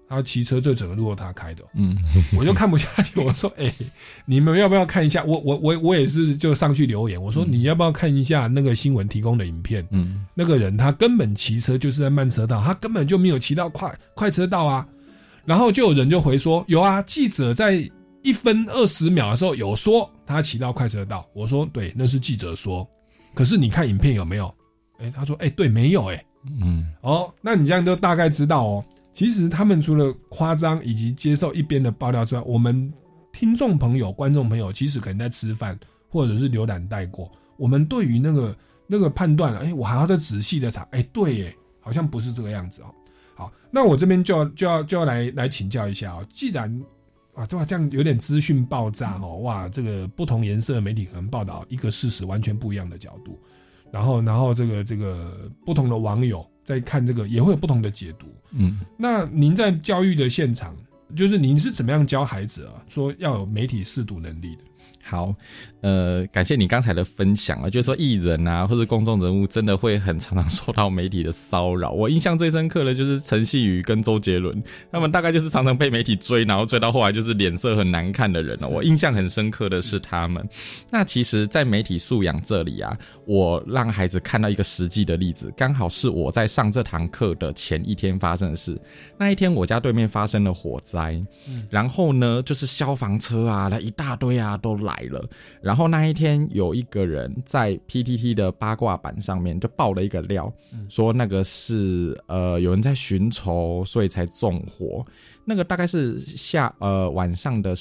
他骑车这整个路都他开的，我就看不下去，我说你们要不要看一下？我也是就上去留言，我说你要不要看一下那个新闻提供的影片？那个人他根本骑车就是在慢车道，他根本就没有骑到快车道啊。然后就有人就回说，有啊，记者在1分20秒的时候有说他骑到快车道。我说对，那是记者说，可是你看影片有没有？他说对，没有那你这样就大概知道哦。其实他们除了夸张以及接受一边的爆料之外，我们听众朋友、观众朋友，其实可能在吃饭或者是浏览带过，我们对于那个判断，我还要再仔细的查，对耶，好像不是这个样子哦。好，那我这边就要来请教一下哦。既然这样有点资讯爆炸哦，哇，这个不同颜色的媒体可能报道一个事实完全不一样的角度，然后这个不同的网友在看这个也会有不同的解读。那您在教育的现场，就是您是怎么样教孩子啊？说要有媒体识读能力的。 好，感谢你刚才的分享啊，就是说艺人啊或者公众人物真的会很常常受到媒体的骚扰。我印象最深刻的就是陈细宇跟周杰伦，他们大概就是常常被媒体追，然后追到后来就是脸色很难看的人我印象很深刻的是他们。那其实在媒体素养这里啊，我让孩子看到一个实际的例子，刚好是我在上这堂课的前一天发生的事。那一天我家对面发生了火灾，然后呢就是消防车啊来一大堆啊都来了，然后那一天有一个人在 PTT 的八卦版上面就爆了一个料，说那个是有人在寻仇所以才纵火，那个大概是晚上的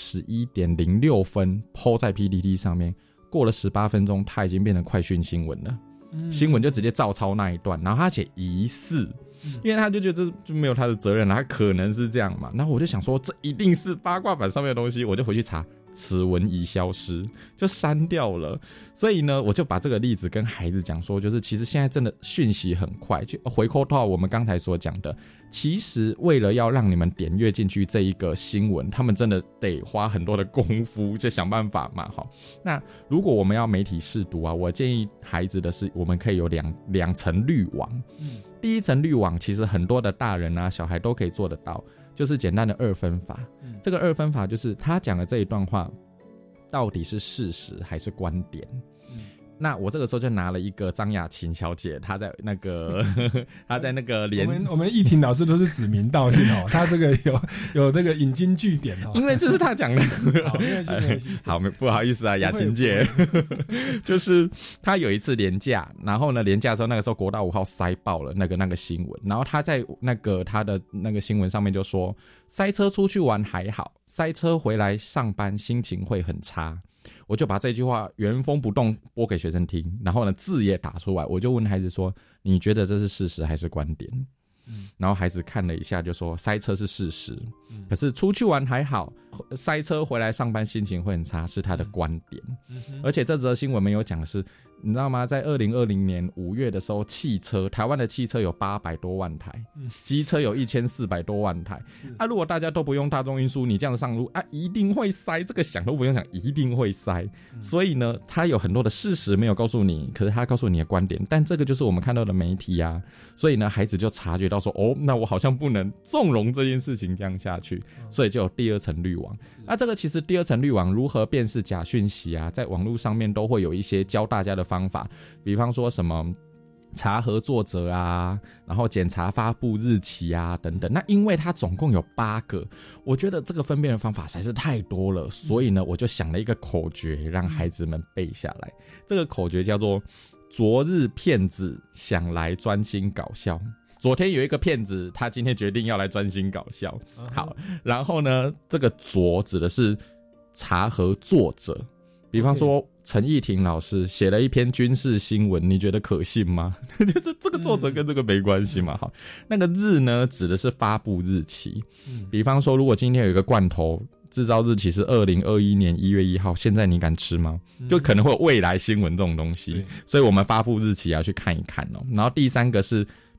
11:06 分 po 在 PTT 上面，过了18分钟它已经变成快讯新闻了，新闻就直接照抄那一段，然后他写疑似，因为他就觉得这就没有他的责任了，他可能是这样嘛，然后我就想说这一定是八卦版上面的东西，我就回去查，此文已消失，就删掉了。所以呢，我就把这个例子跟孩子讲说，就是其实现在真的讯息很快，就回扣到我们刚才所讲的，其实为了要让你们点阅进去这一个新闻，他们真的得花很多的功夫，就想办法嘛。好，那如果我们要媒体识读啊，我建议孩子的是，我们可以有两层滤网。第一层滤网其实很多的大人啊、小孩都可以做得到，就是简单的2分法。这个2分法就是他讲的这一段话到底是事实还是观点。那我这个时候就拿了一个张雅琴小姐，她在那个我们易婷老师都是指名道姓哦，她这个有那个引经据典哦， 因为这是她讲的。 好，没关系。 好，不好意思啊，雅琴姐，就是她有一次连假，然后呢连假的时候，那个时候国道5号塞爆了那个新闻，然后她在她的那个新闻上面就说，塞车出去玩还好，塞车回来上班心情会很差。我就把这句话原封不动播给学生听，然后呢字也打出来，我就问孩子说，你觉得这是事实还是观点？然后孩子看了一下就说，塞车是事实，可是出去玩还好，塞车回来上班心情会很差是他的观点。而且这则新闻没有讲的是，你知道吗，在2020年5月的时候，台湾的汽车有800多万台，机车有1400多万台如果大家都不用大众运输，你这样上路一定会塞，这个想都不用想，一定会塞。所以呢他有很多的事实没有告诉你，可是他告诉你的观点，但这个就是我们看到的媒体啊。所以呢孩子就察觉到说，那我好像不能纵容这件事情这样下去，所以就有第2层滤网。这个其实第2层滤网如何辨识假讯息啊，在网络上面都会有一些教大家的方法，比方说什么查合作者啊，然后检查发布日期啊等等。那因为它总共有8个，我觉得这个分辨的方法实在是太多了，所以呢我就想了一个口诀让孩子们背下来。这个口诀叫做，昨日骗子想来专心搞笑。昨天有一个骗子，他今天决定要来专心搞笑。好，然后呢这个昨指的是查核作者，比方说陈义婷老师写了一篇军事新闻，你觉得可信吗？这个作者跟这个没关系嘛。好，那个日呢指的是发布日期，比方说如果今天有一个罐头制造日期是2021年1月1号，现在你敢吃吗？就可能会有未来新闻这种东西，所以我们发布日期要去看一看然后第3个是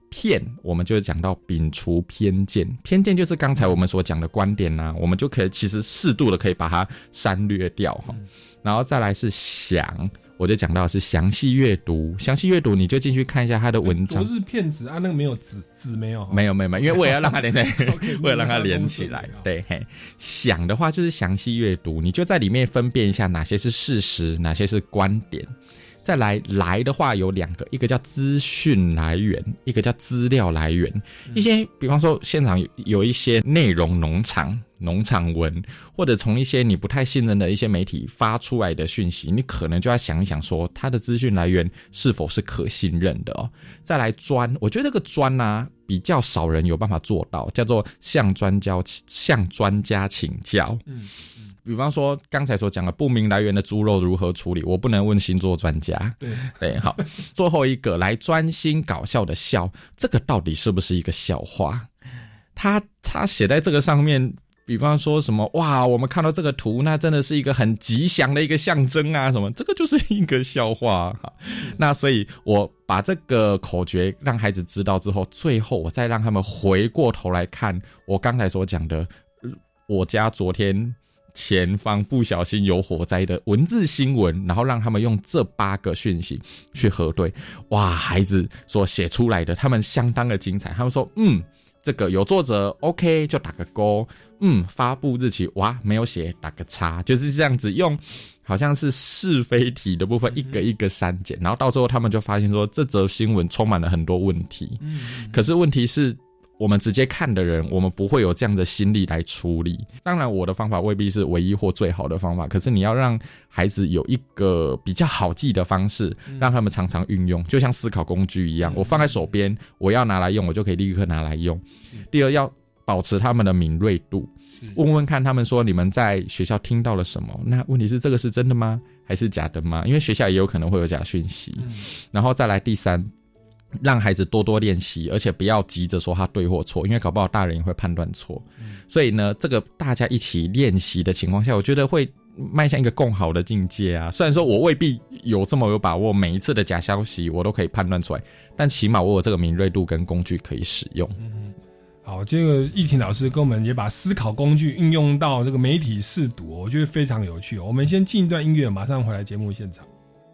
片我们就讲到摒除偏见，偏见就是刚才我们所讲的观点啊，我们就可以其实适度的可以把它删略掉然后再来是详，我就讲到的是详细阅读，详细阅读你就进去看一下他的文章。 昨日骗子啊，那个没有子没有没有，因为我也要让它连在为了让它连起来。对，嘿，详的话就是详细阅读，你就在里面分辨一下哪些是事实，哪些是观点。再来的话有2个，一个叫资讯来源，一个叫资料来源。一些比方说现场有一些内容农场文，或者从一些你不太信任的一些媒体发出来的讯息，你可能就要想一想说它的资讯来源是否是可信任的哦。再来专，我觉得这个专啊比较少人有办法做到，叫做向专家请教。比方说刚才所讲的不明来源的猪肉如何处理，我不能问星座专家。对，好，最后一个来专心搞笑的笑，这个到底是不是一个笑话？他写在这个上面，比方说什么哇，我们看到这个图，那真的是一个很吉祥的一个象征啊，什么这个就是一个笑话那所以我把这个口诀让孩子知道之后，最后我再让他们回过头来看我刚才所讲的，我家昨天前方不小心有火灾的文字新闻，然后让他们用这8个讯息去核对。哇，孩子所写出来的他们相当的精彩，他们说这个有作者 OK 就打个勾，发布日期哇没有写打个叉，就是这样子用好像是是非题的部分一个一个删减，然后到最后他们就发现说这则新闻充满了很多问题。可是问题是我们直接看的人，我们不会有这样的心力来处理。当然我的方法未必是唯一或最好的方法，可是你要让孩子有一个比较好记的方式，让他们常常运用，就像思考工具一样，我放在手边，我要拿来用我就可以立刻拿来用。第二，要保持他们的敏锐度，问问看他们说你们在学校听到了什么，那问题是这个是真的吗还是假的吗？因为学校也有可能会有假讯息。然后再来第3，让孩子多多练习，而且不要急着说他对或错，因为搞不好大人也会判断错。所以呢，这个大家一起练习的情况下，我觉得会迈向一个更好的境界啊。虽然说我未必有这么有把握，每一次的假消息我都可以判断出来，但起码我有这个敏锐度跟工具可以使用。 好，这个易婷老师跟我们也把思考工具运用到这个媒体识读，我觉得非常有趣。我们先进一段音乐，马上回来节目现场。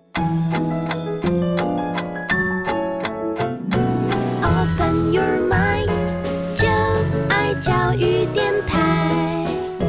Open your mind， 就爱教育电台。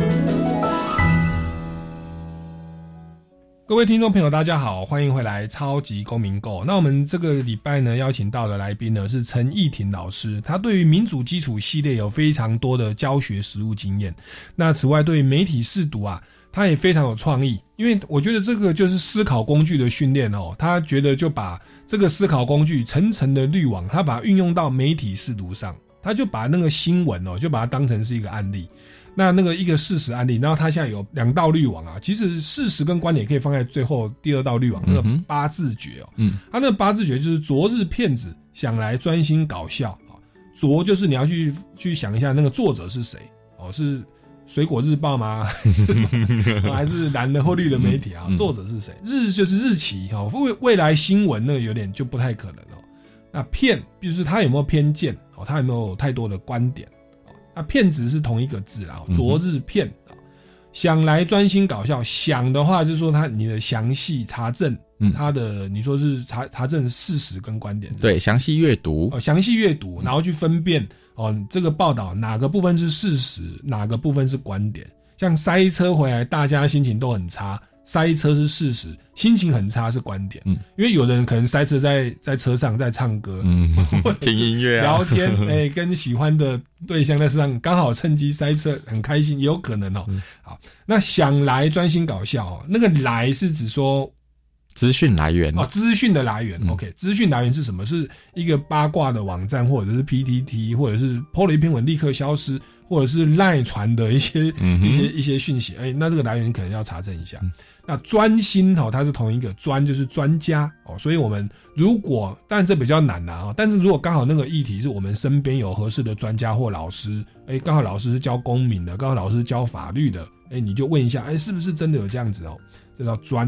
各位听众朋友大家好，欢迎回来超级公民购。那我们这个礼拜呢邀请到的来宾呢是陈易婷老师，他对于民主基础系列有非常多的教学实务经验。那此外对于媒体识读啊，他也非常有创意，因为我觉得这个就是思考工具的训练哦。他觉得就把这个思考工具层层的滤网，他把它运用到媒体识读上，他就把那个新闻哦，就把它当成是一个案例。那个一个事实案例，然后他现在有2道滤网啊，其实事实跟观点可以放在最后第2道滤网，那个8字诀哦。他那个8字诀就是昨日骗子想来专心搞笑啊。昨就是你要去想一下那个作者是谁哦，是水果日报吗？还是蓝的或绿的媒体啊？作者是谁？日就是日期哈，未来新闻那个有点就不太可能哦。那骗就是他有没有偏见哦，他有没有太多的观点哦？那骗子是同一个字啦，昨日骗啊，想来专心搞笑，想的话就是说你的详细查证，他的你说是查证事实跟观点， 对，详细阅读， 详细阅读，然后去分辨这个报道哪个部分是事实，哪个部分是观点。像塞车回来，大家心情都很差，塞车是事实，心情很差是观点。因为有的人可能塞车在车上在唱歌， 听音乐啊， 聊天，跟喜欢的对象在车上，刚好趁机塞车，很开心，也有可能哦。好，那想来专心搞笑那个来是指说资讯来源资讯的来源。OK， 资讯来源是什么？是一个八卦的网站，或者是 PTT， 或者是 po 了一篇文立刻消失，或者是赖传的一些讯息。那这个来源你可能要查证一下。那专心它是同一个专，就是专家所以我们如果当然这比较难啦但是如果刚好那个议题是我们身边有合适的专家或老师，刚好老师是教公民的，刚好老师是教法律的，你就问一下，是不是真的有这样子这叫专。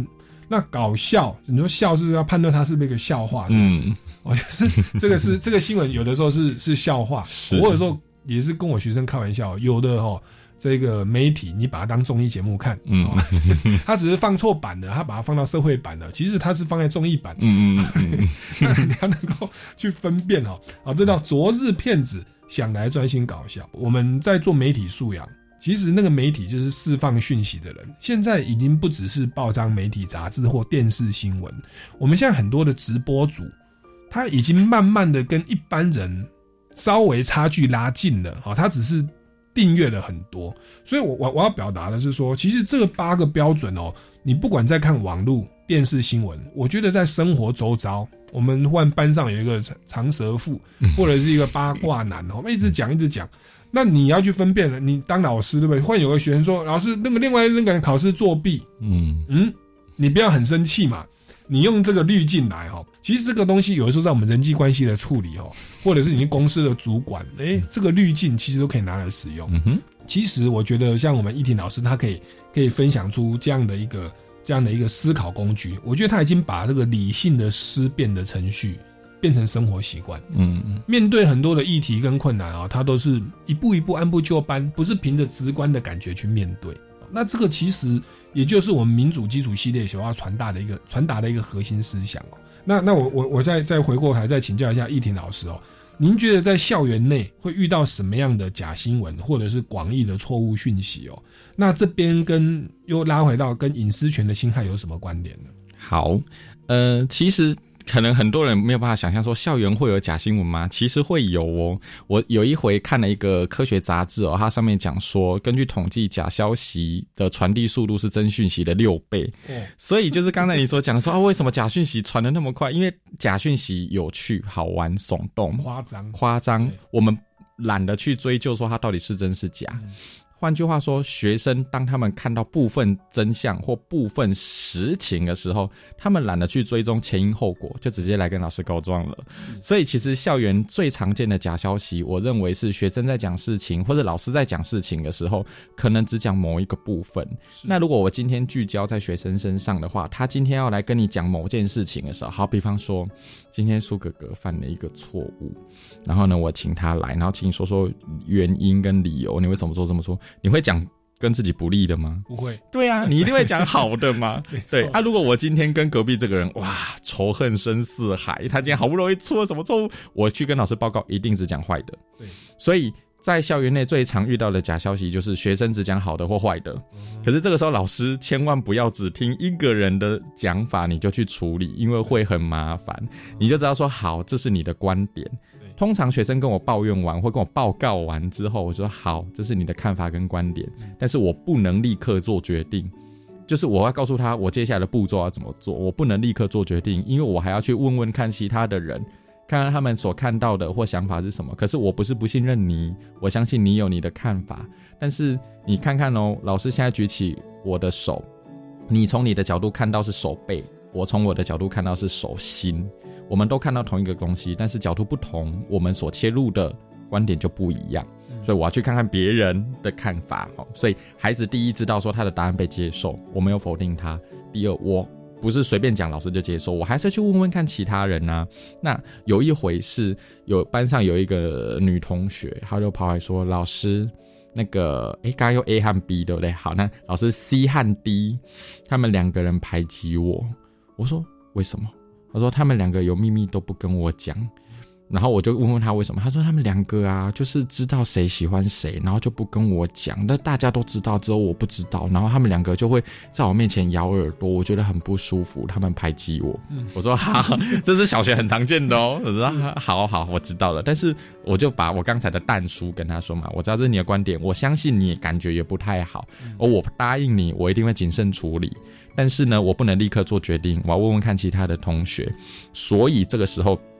那搞笑，你说笑是要判断它是不是一个笑话，是不是？就是这个新闻有的时候是笑话，我有时候也是跟我学生开玩笑，有的这个媒体你把它当综艺节目看，他只是放错版了，他把它放到社会版了，其实他是放在综艺版的，那你要能够去分辨这叫昨日骗子想来专心搞笑。我们在做媒体素养，其实那个媒体就是释放讯息的人，现在已经不只是报章媒体杂志或电视新闻，我们现在很多的直播主他已经慢慢的跟一般人稍微差距拉近了，他只是订阅了很多，所以我要表达的是说，其实这个8个标准你不管在看网络、电视新闻，我觉得在生活周遭，我们忽然班上有一个长舌妇，或者是一个八卦男一直讲，那你要去分辨了。你当老师对不对？忽然有个学生说，老师另外那个人考试作弊，你不要很生气嘛。你用这个滤镜来其实这个东西有的时候在我们人际关系的处理或者是你公司的主管，这个滤镜其实都可以拿来使用。其实我觉得像我们依婷老师，他可以分享出这样的一个思考工具。我觉得他已经把这个理性的思辨的程序变成生活习惯。面对很多的议题跟困难他都是一步一步按部就班，不是凭着直观的感觉去面对。那这个其实也就是我们民主基础系列所要传达的一个核心思想那我再回过来再请教一下依婷老师您觉得在校园内会遇到什么样的假新闻或者是广义的错误讯息那这边又拉回到跟隐私权的侵害有什么关联呢？ 好，其实可能很多人没有办法想象说校园会有假新闻吗？其实会有我有一回看了一个科学杂志它上面讲说，根据统计，假消息的传递速度是真讯息的6倍。所以就是刚才你所讲说为什么假讯息传得那么快？因为假讯息有趣、好玩、耸动、夸张，我们懒得去追究说它到底是真是假。换句话说，学生当他们看到部分真相或部分实情的时候，他们懒得去追踪前因后果，就直接来跟老师告状了。所以其实校园最常见的假消息，我认为是学生在讲事情或者老师在讲事情的时候，可能只讲某一个部分。那如果我今天聚焦在学生身上的话，他今天要来跟你讲某件事情的时候，好，比方说今天苏哥哥犯了一个错误，然后呢我请他来，然后请你说说原因跟理由，你为什么做这么说？你会讲跟自己不利的吗？ 不会。 对啊，你一定会讲好的吗？对啊，如果我今天跟隔壁这个人仇恨深似海，他今天好不容易出了什么错误，我去跟老师报告，一定只讲坏的。对，所以在校园内最常遇到的假消息就是学生只讲好的或坏的。可是这个时候老师千万不要只听一个人的讲法你就去处理，因为会很麻烦。你就知道说好，这是你的观点。通常学生跟我抱怨完或跟我报告完之后，我说好，这是你的看法跟观点，但是我不能立刻做决定，就是我要告诉他我接下来的步骤要怎么做，我不能立刻做决定，因为我还要去问问看其他的人，看看他们所看到的或想法是什么。可是我不是不信任你，我相信你有你的看法，但是你看看老师现在举起我的手，你从你的角度看到是手背，我从我的角度看到是手心，我们都看到同一个东西，但是角度不同，我们所切入的观点就不一样，所以我要去看看别人的看法。所以孩子第一知道说他的答案被接受，我没有否定他；第二，我不是随便讲老师就接受，我还是去问问看其他人啊。那有一回是班上有一个女同学，她就跑来说，老师那个刚刚用 A 和 B 对不对？好，那老师 C 和 D 他们2个人排挤我。我说为什么？他说他们2个有秘密都不跟我讲，然后我就问问他为什么，他说他们2个啊，就是知道谁喜欢谁，然后就不跟我讲，但大家都知道，只有我不知道，然后他们2个就会在我面前咬耳朵，我觉得很不舒服，他们排挤我。我说好，这是小学很常见的我说好，我知道了。但是我就把我刚才的但书跟他说嘛，我知道这是你的观点，我相信你感觉也不太好，我答应你，我一定会谨慎处理。但是呢，我不能立刻做决定，我要问问看其他的同学。所以这个时候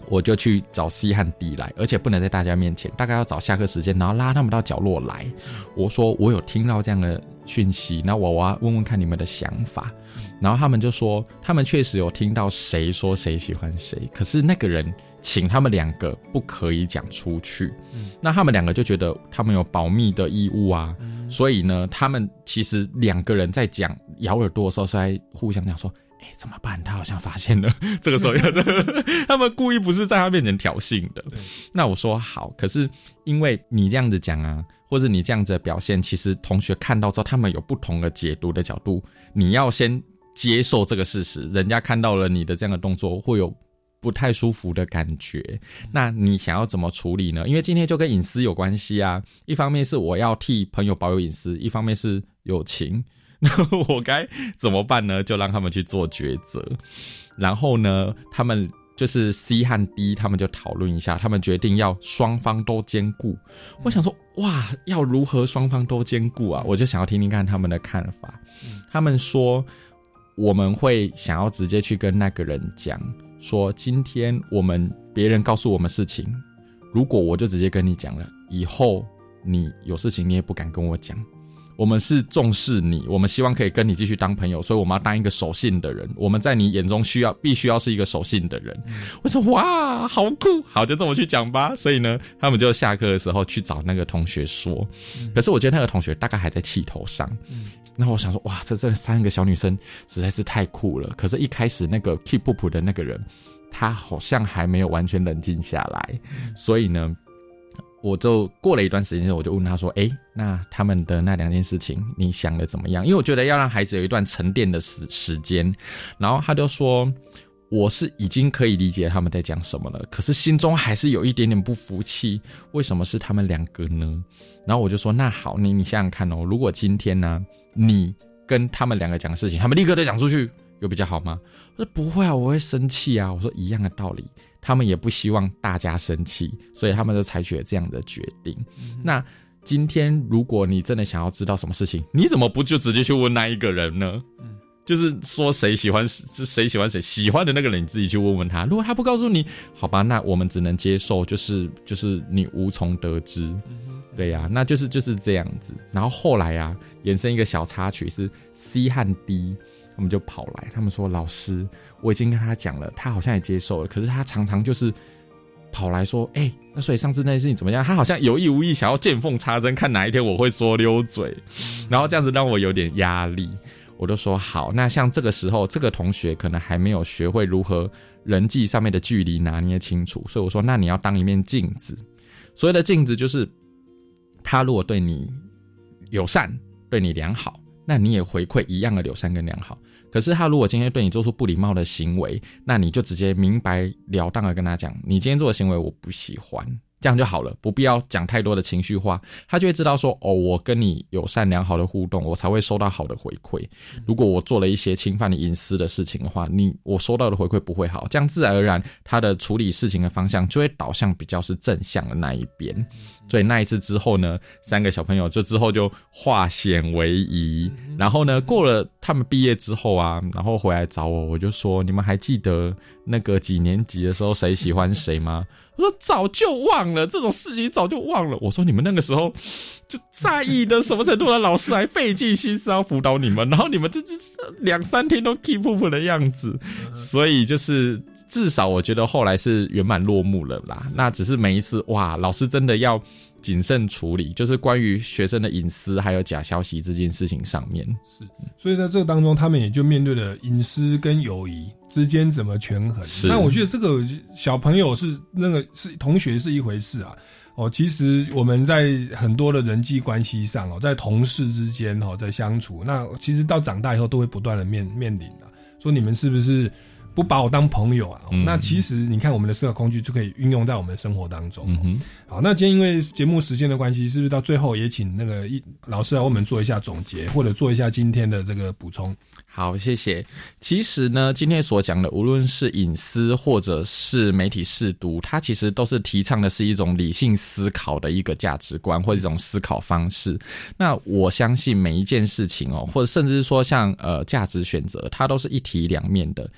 我就去找 C 和 D 来，而且不能在大家面前，大概要找下课时间，然后拉他们到角落来。我说我有听到这样的讯息，那我要问问看你们的想法。然后他们就说他们确实有听到谁说谁喜欢谁，可是那个人请他们2个不可以讲出去。那他们2个就觉得他们有保密的义务啊，所以呢他们其实2个人在讲咬耳朵的时候是在互相讲说怎么办？他好像发现了。这个时候他们故意不是在他面前挑衅的。那我说好，可是因为你这样子讲啊，或者你这样子的表现，其实同学看到之后他们有不同的解读的角度，你要先接受这个事实，人家看到了你的这样的动作会有不太舒服的感觉。那你想要怎么处理呢？因为今天就跟隐私有关系啊，一方面是我要替朋友保有隐私，一方面是友情，那我该怎么办呢？就让他们去做抉择。然后呢他们就是 C 和 D 他们就讨论一下，他们决定要双方都兼顾。我想说哇，要如何双方都兼顾啊？我就想要听听看他们的看法。他们说我们会想要直接去跟那个人讲说，今天别人告诉我们事情，如果我就直接跟你讲了，以后你有事情你也不敢跟我讲。我们是重视你，我们希望可以跟你继续当朋友，所以我们要当一个守信的人，我们在你眼中必须要是一个守信的人。我说哇好酷，好就这么去讲吧。所以呢他们就下课的时候去找那个同学说，可是我觉得那个同学大概还在气头上。那我想说哇，这3个小女生实在是太酷了。可是一开始那个 keep up 的那个人他好像还没有完全冷静下来。所以呢我就过了一段时间，我就问他说那他们的那2件事情你想的怎么样？因为我觉得要让孩子有一段沉淀的时间。然后他就说我是已经可以理解他们在讲什么了，可是心中还是有一点点不服气，为什么是他们2个呢？然后我就说那好，你想想看哦，如果今天呢你跟他们2个讲的事情他们立刻都讲出去，有比较好吗？我说不会啊，我会生气啊。我说一样的道理，他们也不希望大家生气，所以他们就采取了这样的决定。那今天如果你真的想要知道什么事情，你怎么不就直接去问那一个人呢？就是说谁喜欢谁，喜欢的那个人你自己去问问他。如果他不告诉你，好吧，那我们只能接受，就是你无从得知。对啊，那就是这样子。然后后来啊延伸一个小插曲是 C 和 D他们就跑来，他们说老师我已经跟他讲了，他好像也接受了，可是他常常就是跑来说那所以上次那件事情怎么样？他好像有意无意想要见缝插针，看哪一天我会说溜嘴，然后这样子让我有点压力。我就说好，那像这个时候这个同学可能还没有学会如何人际上面的距离拿捏清楚，所以我说那你要当一面镜子。所谓的镜子就是他如果对你友善，对你良好，那你也回馈一样的友善跟良好。可是他如果今天对你做出不礼貌的行为，那你就直接明白了当的跟他讲，你今天做的行为我不喜欢，这样就好了，不必要讲太多的情绪化。他就会知道说我跟你友善良好的互动，我才会收到好的回馈。如果我做了一些侵犯你隐私的事情的话，我收到的回馈不会好，这样自然而然他的处理事情的方向就会导向比较是正向的那一边。所以那一次之后呢，3个小朋友之后就化险为夷。然后呢过了他们毕业之后啊，然后回来找我就说你们还记得那个几年级的时候谁喜欢谁吗？我说早就忘了，这种事情早就忘了。我说你们那个时候就在意的什么程度的，老师还费尽心思要辅导你们，然后你们这2-3天都 keep up 的样子。所以就是至少我觉得后来是圆满落幕了啦。那只是每一次哇，老师真的要谨慎处理，就是关于学生的隐私还有假消息这件事情上面。 是，所以在这个当中他们也就面对了隐私跟友谊之间怎么权衡。那我觉得这个小朋友是同学是一回事啊。其实我们在很多的人际关系上在同事之间在相处，那其实到长大以后都会不断的面临说你们是不是不把我当朋友啊？那其实你看我们的社交工具就可以运用在我们的生活当中。好，那今天因为节目时间的关系，是不是到最后也请那个老师来为我们做一下总结，或者做一下今天的这个补充？ 好，谢谢。其实呢，今天所讲的无论是隐私或者是媒体识读，它其实都是提倡的是一种理性思考的一个价值观或者一种思考方式。那我相信每一件事情或者甚至是说像价值选择，它都是一体两面的，一定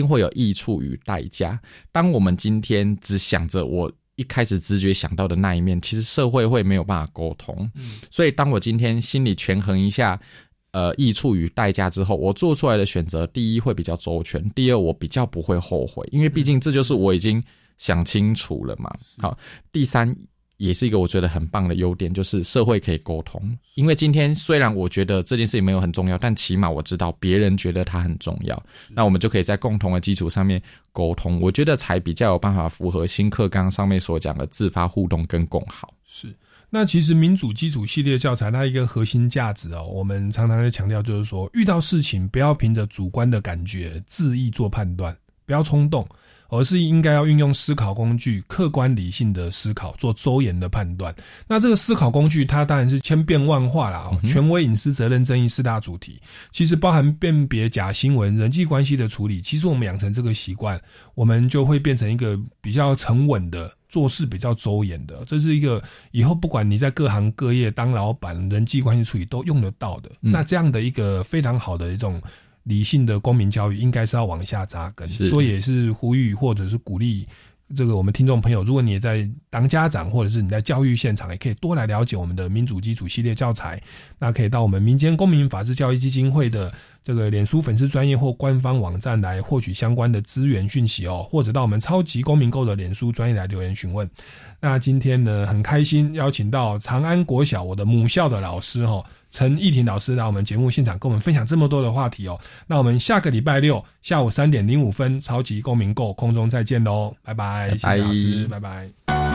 定会有益处与代价。当我们今天只想着我一开始直觉想到的那一面，其实社会会没有办法沟通。所以当我今天心里权衡一下益处与代价之后，我做出来的选择，第一会比较周全，第二我比较不会后悔，因为毕竟这就是我已经想清楚了嘛。好，第三也是一个我觉得很棒的优点，就是社会可以沟通。因为今天虽然我觉得这件事情没有很重要，但起码我知道别人觉得它很重要，那我们就可以在共同的基础上面沟通，我觉得才比较有办法符合新课纲上面所讲的自发互动跟共好。 是。那其实民主基础系列教材它一个核心价值我们常常在强调，就是说遇到事情不要凭着主观的感觉恣意做判断，不要冲动，而是应该要运用思考工具，客观理性的思考，做周延的判断。那这个思考工具它当然是千变万化啦，权威、隐私、责任、正义4大主题，其实包含辨别假新闻、人际关系的处理。其实我们养成这个习惯，我们就会变成一个比较沉稳的，做事比较周延的，这是一个以后不管你在各行各业当老板，人际关系处理都用得到的。那这样的一个非常好的一种理性的公民教育，应该是要往下扎根。所以也是呼吁或者是鼓励这个我们听众朋友，如果你也在当家长，或者是你在教育现场，也可以多来了解我们的民主基础系列教材。那可以到我们民间公民法治教育基金会的这个脸书粉丝专页或官方网站来获取相关的资源讯息或者到我们超级公民购的脸书专页来留言询问。那今天呢，很开心邀请到长安国小我的母校的老师陈奕婷老师来我们节目现场跟我们分享这么多的话题那我们下个礼拜六下午3:05超级公民购空中再见咯，拜拜，谢谢老师，拜拜。